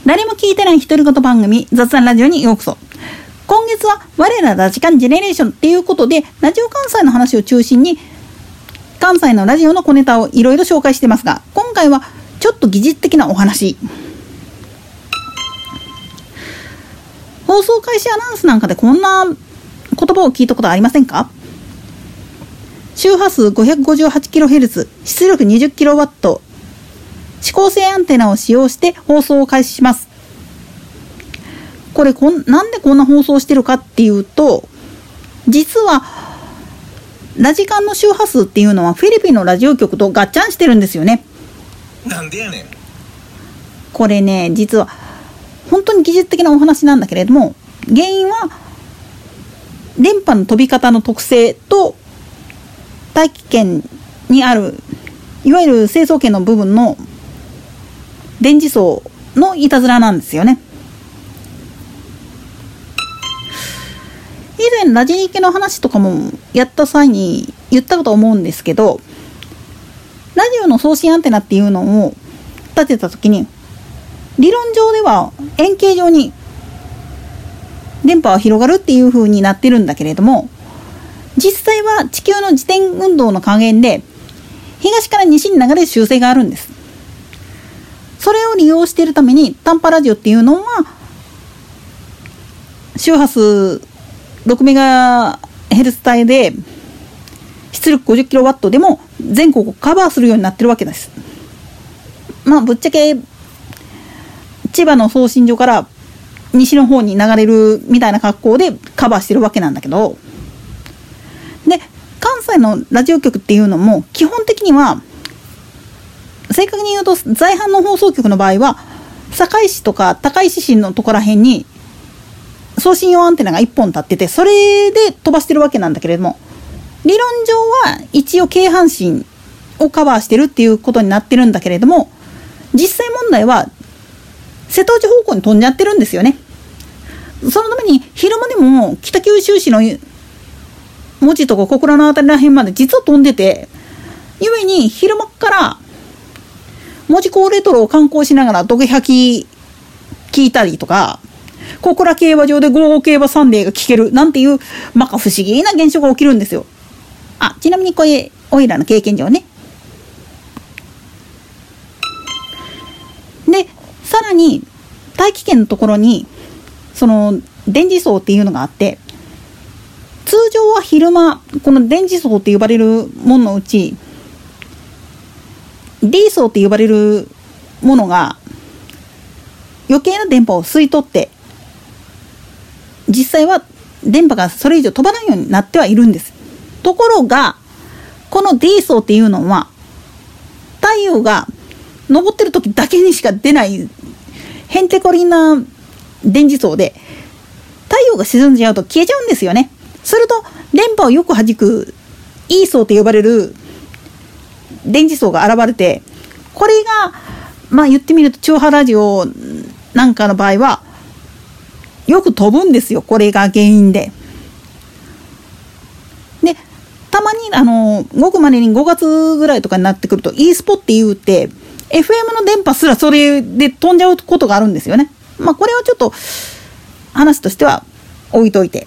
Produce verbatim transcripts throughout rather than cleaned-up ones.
誰も聞いてない独り言番組雑談ラジオにようこそ。今月は我らラジカンジェネレーションっていうことで、ラジオ関西の話を中心に関西のラジオの小ネタをいろいろ紹介してますが、今回はちょっと技術的なお話。放送開始アナウンスなんかでこんな言葉を聞いたことありませんか？周波数 ごひゃくごじゅうはちキロヘルツ、 出力 にじゅっキロワット、指向性アンテナを使用して放送を開始します。これこんなんでこんな放送してるかっていうと、実はラジカンの周波数っていうのはフィリピンのラジオ局と合チャンしてるんですよね。 なんでやねん。 これね、実は本当に技術的なお話なんだけれども、原因は電波の飛び方の特性と大気圏にあるいわゆる成層圏の部分の電磁層のいたずらなんですよね。以前ラジニケの話とかもやった際に言ったかと思うんですけど、ラジオの送信アンテナっていうのを立てたときに、理論上では円形状に電波は広がるっていう風になってるんだけれども、実際は地球の自転運動の加減で東から西に流れる習性があるんです。それを利用しているために短波ラジオっていうのは周波数ろくメガヘルツ帯で出力 ごじゅっキロワット でも全国をカバーするようになってるわけです。まあぶっちゃけ千葉の送信所から西の方に流れるみたいな格好でカバーしてるわけなんだけど、で関西のラジオ局っていうのも基本的には正確に言うと在阪の放送局の場合は堺市とか高石市のところら辺に送信用アンテナがいっぽん立ってて、それで飛ばしてるわけなんだけれども、理論上は一応京阪神をカバーしてるっていうことになってるんだけれども、実際問題は瀬戸内方向に飛んじゃってるんですよね。そのために昼間でも北九州市の文字とか小倉のあたりら辺まで実は飛んでて、ゆえに昼間から門司港レトロを観光しながらドケハキ聞いたりとか、小倉競馬場でゴーゴー競馬サンデーが聞けるなんていうまか不思議な現象が起きるんですよ。あ、ちなみにこれオイラの経験上ね。でさらに大気圏のところにその電磁層っていうのがあって、通常は昼間この電磁層って呼ばれるもののうち D 層って呼ばれるものが余計な電波を吸い取って、実際は電波がそれ以上飛ばないようになってはいるんです。ところがこの D 層っていうのは太陽が昇ってる時だけにしか出ないへんてこりんな電磁層で、太陽が沈んじゃうと消えちゃうんですよね。すると電波をよく弾く E 層と呼ばれる電磁層が現れて、これがまあ言ってみると超波ラジオなんかの場合はよく飛ぶんですよ。これが原因で。でたまにあのごくまれにごがつぐらいとかになってくると E スポって言うて エフエム の電波すらそれで飛んじゃうことがあるんですよね。まあこれはちょっと話としては置いといて、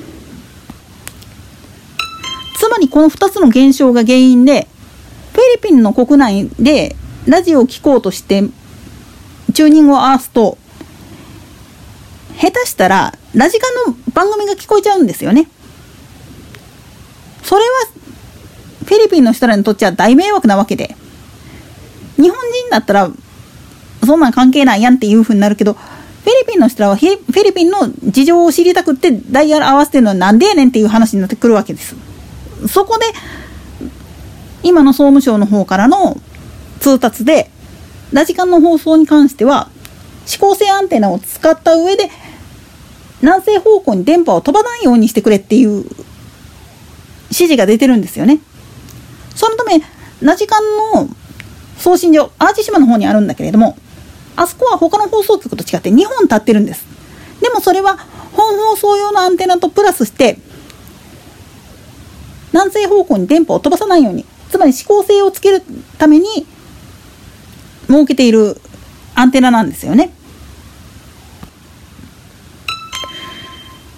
つまりこのふたつの現象が原因でフィリピンの国内でラジオを聞こうとしてチューニングを合わすと、下手したらラジカンの番組が聞こえちゃうんですよね。それはフィリピンの人らにとっちゃ大迷惑なわけで、日本人だったらそんなん関係ないやんっていう風になるけど、フィリピンの人らはフィリピンの事情を知りたくってダイヤル合わせてるのはなんでやねんっていう話になってくるわけです。そこで今の総務省の方からの通達で、ラジカンの放送に関しては指向性アンテナを使った上で南西方向に電波を飛ばないようにしてくれっていう指示が出てるんですよね。そのためラジカンの送信所淡路島の方にあるんだけれども、あそこは他の放送局と違ってにほん立ってるんです。でもそれは本放送用のアンテナとプラスして南西方向に電波を飛ばさないように、つまり指向性をつけるために設けているアンテナなんですよね。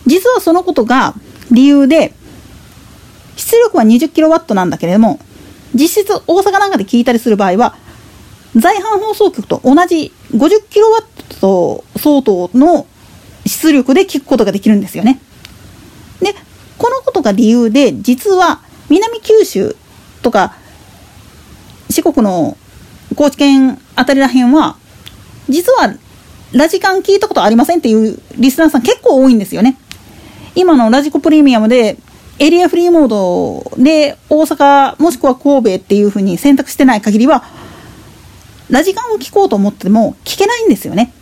実はそのことが理由で、出力は にじゅっキロワット なんだけれども、実質大阪なんかで聞いたりする場合は在阪放送局と同じ ごじゅっキロワット 相当の出力で聞くことができるんですよね。で、このことが理由で、実は南九州とか四国の高知県あたりらへんは、実はラジカン聞いたことありませんっていうリスナーさん結構多いんですよね。今のラジコプレミアムでエリアフリーモードで大阪もしくは神戸っていう風に選択してない限りは、ラジカンを聞こうと思っても聞けないんですよね。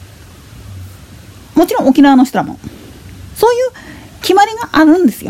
もちろん沖縄の人らもそういう決まりがあるんですよ。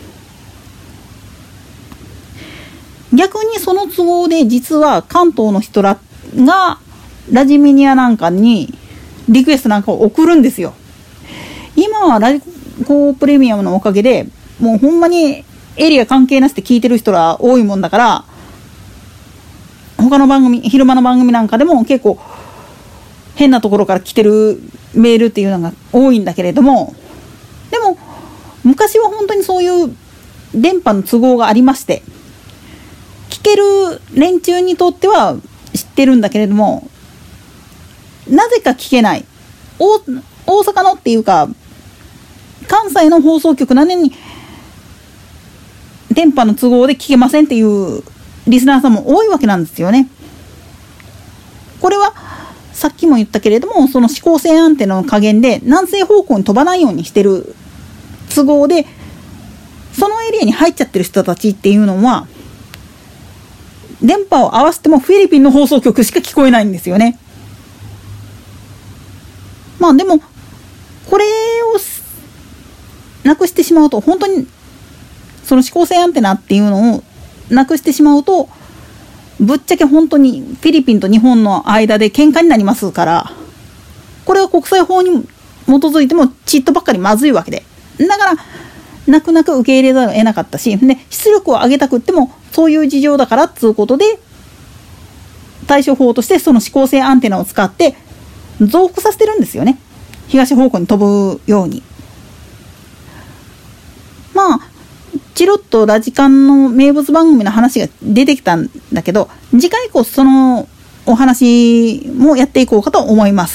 逆にその都合で、実は関東の人らがラジミニアなんかにリクエストなんかを送るんですよ。今はラジコプレミアムのおかげでもうほんまにエリア関係なしで聞いてる人ら多いもんだから、他の番組、昼間の番組なんかでも結構変なところから来てるメールっていうのが多いんだけれども、でも昔は本当にそういう電波の都合がありまして、聞ける連中にとっては知ってるんだけれども、なぜか聞けない、大、大阪のっていうか関西の放送局なのに電波の都合で聞けませんっていうリスナーさんも多いわけなんですよね。これはさっきも言ったけれども、その指向性アンテナの加減で南西方向に飛ばないようにしてる都合で、そのエリアに入っちゃってる人たちっていうのは電波を合わせてもフィリピンの放送局しか聞こえないんですよね。まあでもこれをなくしてしまうと、本当にその指向性アンテナっていうのをなくしてしまうと、ぶっちゃけ本当にフィリピンと日本の間で喧嘩になりますから、これは国際法に基づいてもちっとばっかりまずいわけで、だから泣く泣く受け入れざるを得なかったし、で出力を上げたくってもそういう事情だからっつうことで、対処法としてその指向性アンテナを使って増幅させてるんですよね。東方向に飛ぶように。まあチロッとラジカンの名物番組の話が出てきたんだけど、次回以降そのお話もやっていこうかと思います。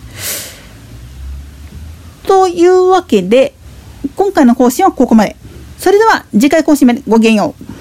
というわけで今回の更新はここまで。それでは次回更新までごきげんよう。